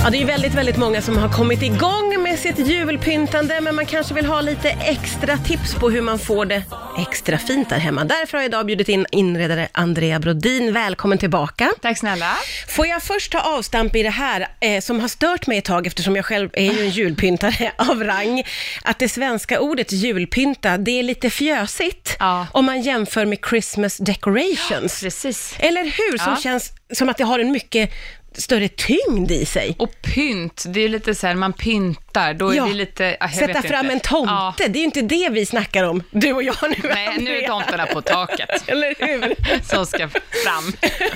Ja, det är ju väldigt, väldigt många som har kommit igång med sitt julpyntande, men man kanske vill ha lite extra tips på hur man får det extra fint där hemma. Därför har jag idag bjudit in inredare Andrea Brodin. Välkommen tillbaka. Tack snälla. Får jag först ta avstamp i det här som har stört mig ett tag, eftersom jag själv är ju en julpyntare av rang, att det svenska ordet julpynta, det är lite fjösigt om man jämför med Christmas decorations. Precis. Eller hur? Som känns som att det har en mycket större tyngd i sig. Och pynt, det är lite så här, man pyntar, då är det lite... Sätta fram en tomte, det är ju inte det vi snackar om, du och jag nu. Nej, nu är tomterna på taket. Eller hur? Som ska fram.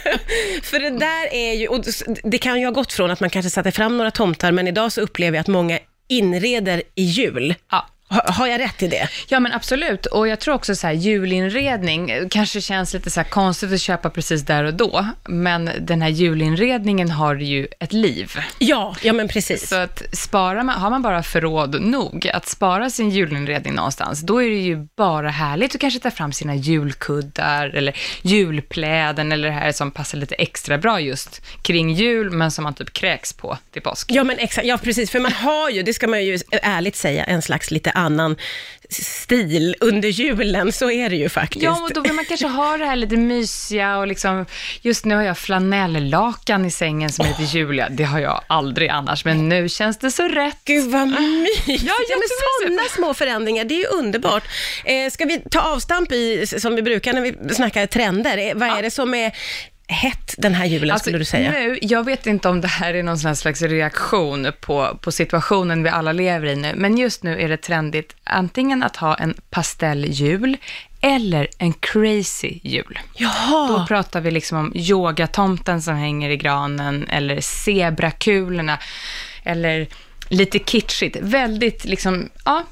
För det där är ju, och det kan ju ha gått från att man kanske satte fram några tomtar, men idag så upplever jag att många inreder i jul. Ja. Har jag rätt i det? Ja, men absolut. Och jag tror också så här, julinredning kanske känns lite så här konstigt att köpa precis där och då. Men den här julinredningen har ju ett liv. Ja men precis. Så att har man bara förråd nog att spara sin julinredning någonstans, då är det ju bara härligt att kanske ta fram sina julkuddar eller julpläden eller det här som passar lite extra bra just kring jul, men som man typ kräks på till påsk. Ja, men exakt. Ja, precis. För man har ju, det ska man ju ärligt säga, en slags lite annan stil under julen, så är det ju faktiskt. Ja, och då vill man kanske ha det här lite mysiga och liksom, just nu har jag flanelllakan i sängen som heter Julia. Det har jag aldrig annars, men nu känns det så rätt. Gud vad mysigt. Ja, men sådana små förändringar, det är ju underbart. Ska vi ta avstamp i, som vi brukar när vi snackar trender, vad är det som är hett den här julen, skulle du säga? Nu, jag vet inte om det här är någon slags reaktion på situationen vi alla lever i nu, men just nu är det trendigt antingen att ha en pastelljul eller en crazy jul. Jaha. Då pratar vi liksom om yogatomten som hänger i granen, eller zebrakulorna, eller lite kitschigt. Väldigt liksom,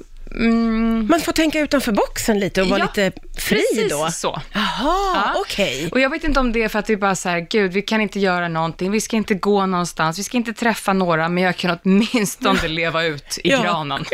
man får tänka utanför boxen lite och vara lite fri då. Precis så. Jaha, okej. Och jag vet inte om det är för att det är bara så här, gud, vi kan inte göra någonting, vi ska inte gå någonstans, vi ska inte träffa några, men jag kan åtminstone leva ut i granen.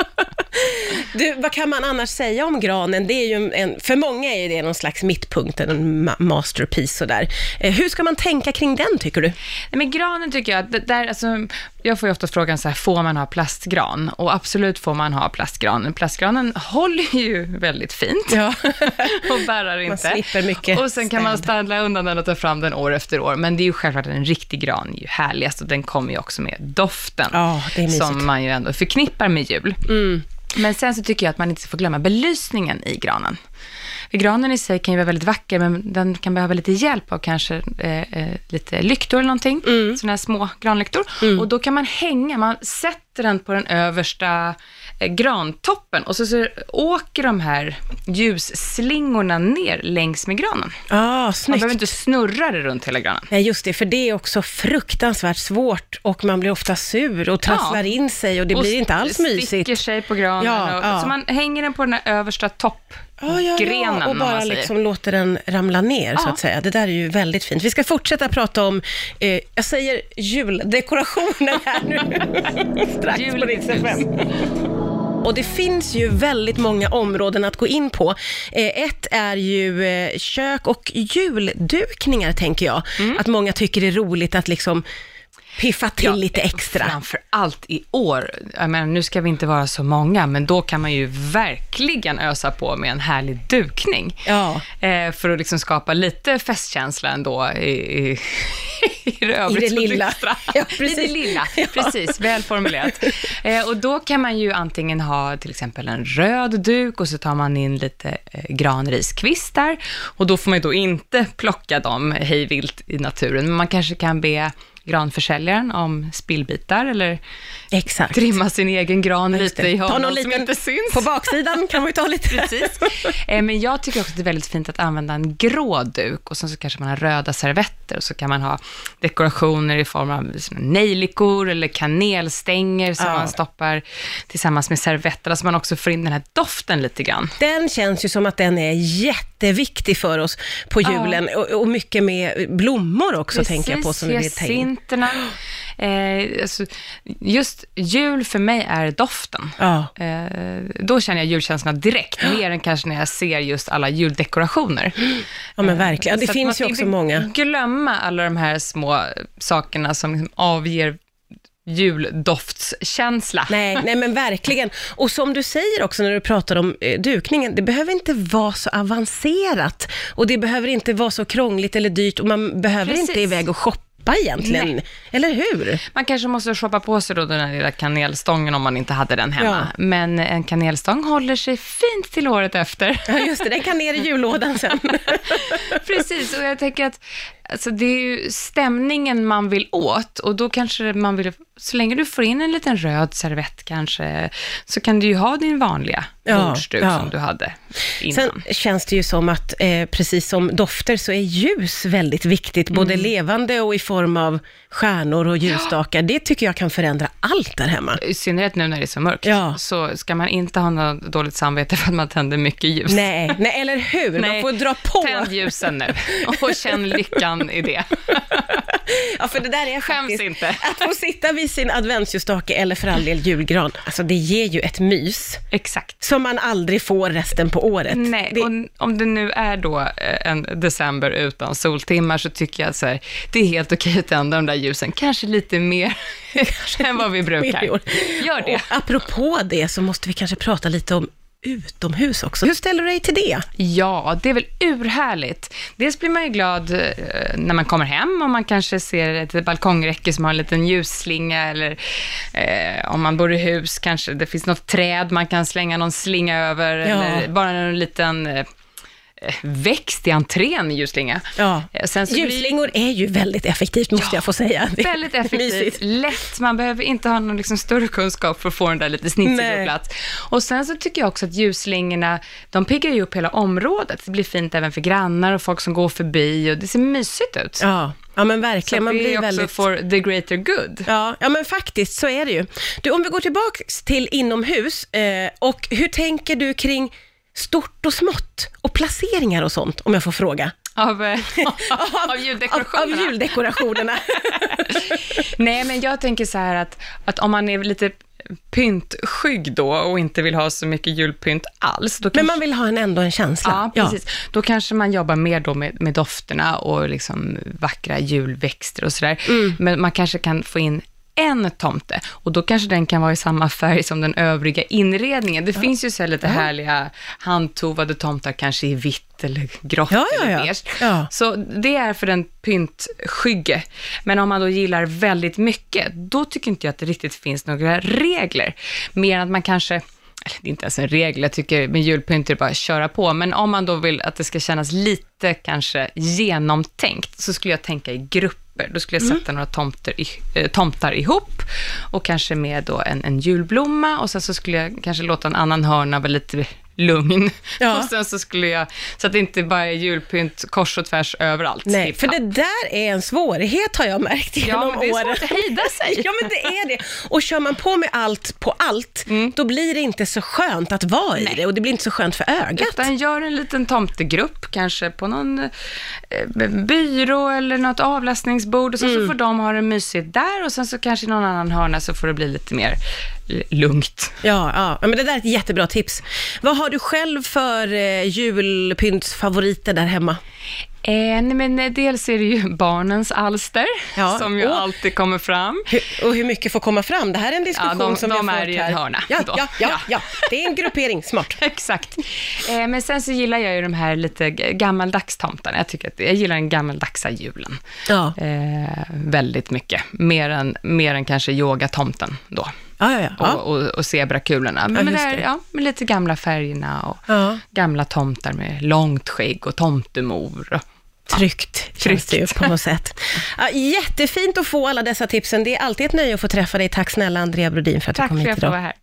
Du, vad kan man annars säga om granen? Det är ju för många är det någon slags mittpunkt, en masterpiece sådär. Hur ska man tänka kring den, tycker du? Nej, men granen tycker jag, alltså, jag får ju ofta frågan så här, får man ha plastgran? Och absolut får man ha plastgran. Plastgranen håller ju väldigt fint. Ja. Och bärar inte. Man slipper mycket. Och sen kan man ställa undan den och ta fram den år efter år. Men det är ju självklart att en riktig gran är ju härligast. Och den kommer ju också med doften. Ja, det är mysigt. Som man ju ändå förknippar med jul. Mm. Men sen så tycker jag att man inte får glömma belysningen i granen. För granen i sig kan ju vara väldigt vacker, men den kan behöva lite hjälp av kanske lite lyktor eller någonting. Sådana här små granlyktor. Och då kan man man sätter den på den översta grantoppen och så åker de här ljusslingorna ner längs med granen. Snyggt. Man behöver inte snurra det runt hela granen. Nej, just det, för det är också fruktansvärt svårt och man blir ofta sur och trasslar in sig och det blir inte alls mysigt. Sticker sig på granen. Så man hänger den på den här översta grenen, och bara liksom låter den ramla ner så att säga. Det där är ju väldigt fint. Vi ska fortsätta prata om jag säger juldekorationen här nu strax på Rix FM. Och det finns ju väldigt många områden att gå in på. Ett är ju kök och juldukningar, tänker jag. Att många tycker det är roligt att liksom piffa till lite extra. Framför allt i år. Jag menar, nu ska vi inte vara så många, men då kan man ju verkligen ösa på med en härlig dukning. Ja. För att liksom skapa lite festkänsla ändå i det lilla. Ja, precis. I det lilla, precis. Välformulerat. Och då kan man ju antingen ha till exempel en röd duk och så tar man in lite granriskvistar. Och då får man ju då inte plocka dem hejvilt i naturen. Men man kanske kan be granförsäljaren om spillbitar eller trimma sin egen gran lite i hörnan som inte syns. På baksidan kan man ju ta lite. Precis. Men jag tycker också att det är väldigt fint att använda en grå duk och sen så kanske man har röda servetter och så kan man ha dekorationer i form av nejlikor eller kanelstänger som man stoppar tillsammans med servetterna så man också får in den här doften lite grann. Den känns ju som att den är jätteviktig för oss på julen och mycket med blommor också. Precis, tänker jag på som vi vill tänka. Alltså, just jul för mig är doften. Då känner jag julkänslan direkt, mer än kanske när jag ser just alla juldekorationer. Ja, men verkligen. Det finns ju också många. Glömma alla de här små sakerna som avger juldoftskänsla. Nej, men verkligen. Och som du säger också när du pratar om dukningen, det behöver inte vara så avancerat och det behöver inte vara så krångligt eller dyrt och man behöver inte iväg och shoppa egentligen. Nej. Eller hur? Man kanske måste shoppa på sig då den här lilla kanelstången om man inte hade den hemma. Ja. Men en kanelstång håller sig fint till året efter. Ja, just det. Den kan ner i jullådan sen. Precis, och jag tänker att alltså, det är ju stämningen man vill åt och då kanske man vill, så länge du får in en liten röd servett kanske, så kan du ju ha din vanliga bordsduk som du hade innan. Sen känns det ju som att precis som dofter så är ljus väldigt viktigt, både levande och i form av stjärnor och ljusstakar. Det tycker jag kan förändra allt där hemma. I synnerhet nu när det är så mörkt så ska man inte ha något dåligt samvete för att man tänder mycket ljus. Nej, eller hur? Man får dra på. Tänd ljusen nu och känn lyckan i det. Ja, för det där är faktiskt inte. Att få sitta vid sin adventsljusstake eller för all del julgran. Alltså det ger ju ett mys. Exakt. Som man aldrig får resten på året. Nej, och om det nu är då en december utan soltimmar så tycker jag att så här, det är helt okej att tända de där ljusen. Kanske lite mer än vad vi brukar. Gör det. Och apropå det så måste vi kanske prata lite om utomhus också. Hur ställer du dig till det? Ja, det är väl urhärligt. Dels blir man ju glad när man kommer hem och man kanske ser ett balkongräcke som har en liten ljusslinga eller om man bor i hus kanske det finns något träd man kan slänga någon slinga över eller bara en liten växt i entrén i ljusslinga. Ja. Ljusslingor är ju väldigt effektivt måste jag få säga. Väldigt effektivt, lätt. Man behöver inte ha någon liksom större kunskap för att få den där lite snitsig på plats. Och sen så tycker jag också att ljusslingorna, de piggar ju upp hela området. Det blir fint även för grannar och folk som går förbi och det ser mysigt ut. Ja, men verkligen. Så man blir också väldigt for the greater good. Ja, men faktiskt så är det ju. Du, om vi går tillbaka till inomhus och hur tänker du kring stort och smått och placeringar och sånt, om jag får fråga? Av juldekorationerna. Av juldekorationerna. Nej, men jag tänker så här att om man är lite pyntskygg då och inte vill ha så mycket julpynt alls. Då men man vill ha ändå en känsla. Ja, precis. Då kanske man jobbar mer då med dofterna och liksom vackra julväxter och sådär. Men man kanske kan få in en tomte och då kanske den kan vara i samma färg som den övriga inredningen. Det finns ju så här lite härliga handtovade tomtar kanske i vitt eller grått eller beige. Ja. Så det är för en pyntskygge. Men om man då gillar väldigt mycket, då tycker inte jag att det riktigt finns några regler. Mer än att man kanske, det är inte ens en regel, jag tycker med julpynt är det bara att köra på. Men om man då vill att det ska kännas lite kanske genomtänkt så skulle jag tänka i grupper. Då skulle jag sätta några tomtar ihop och kanske med då en julblomma och sen så skulle jag kanske låta en annan hörna vara lite lugn. Ja. Och sen så skulle jag, så att det inte bara är julpynt kors och tvärs överallt. Nej, för det där är en svårighet har jag märkt genom åren. Ja, men det är svårt att hejda sig. Ja, men det är det. Och kör man på med allt på allt, då blir det inte så skönt att vara i det och det blir inte så skönt för ögat. Utan gör en liten tomtegrupp kanske på någon byrå eller något avlastningsbord och så får de ha det mysigt där och sen så kanske i någon annan hörna så får det bli lite mer lugnt. Ja, men det där är ett jättebra tips. Vad har du själv för julpyntsfavoriter där hemma? Nej, men dels är det ju barnens alster som ju alltid kommer fram. Och hur mycket får komma fram? Det här är en diskussion som de jag är i en hörna. Ja, det är en gruppering, smart. Exakt. Men sen så gillar jag ju de här lite gammaldags tomtarna. Jag gillar den gammaldagsa julen. Ja. Väldigt mycket. Mer än kanske yogatomten då. Och zebrakulorna. Men med lite gamla färgerna och gamla tomtar med långt skägg och tomtemor. Tryggt känns det ju på något sätt. Jättefint att få alla dessa tipsen. Det är alltid ett nöje att få träffa dig. Tack snälla Andrea Brodin för att du kom hit idag. Tack för att jag får vara här.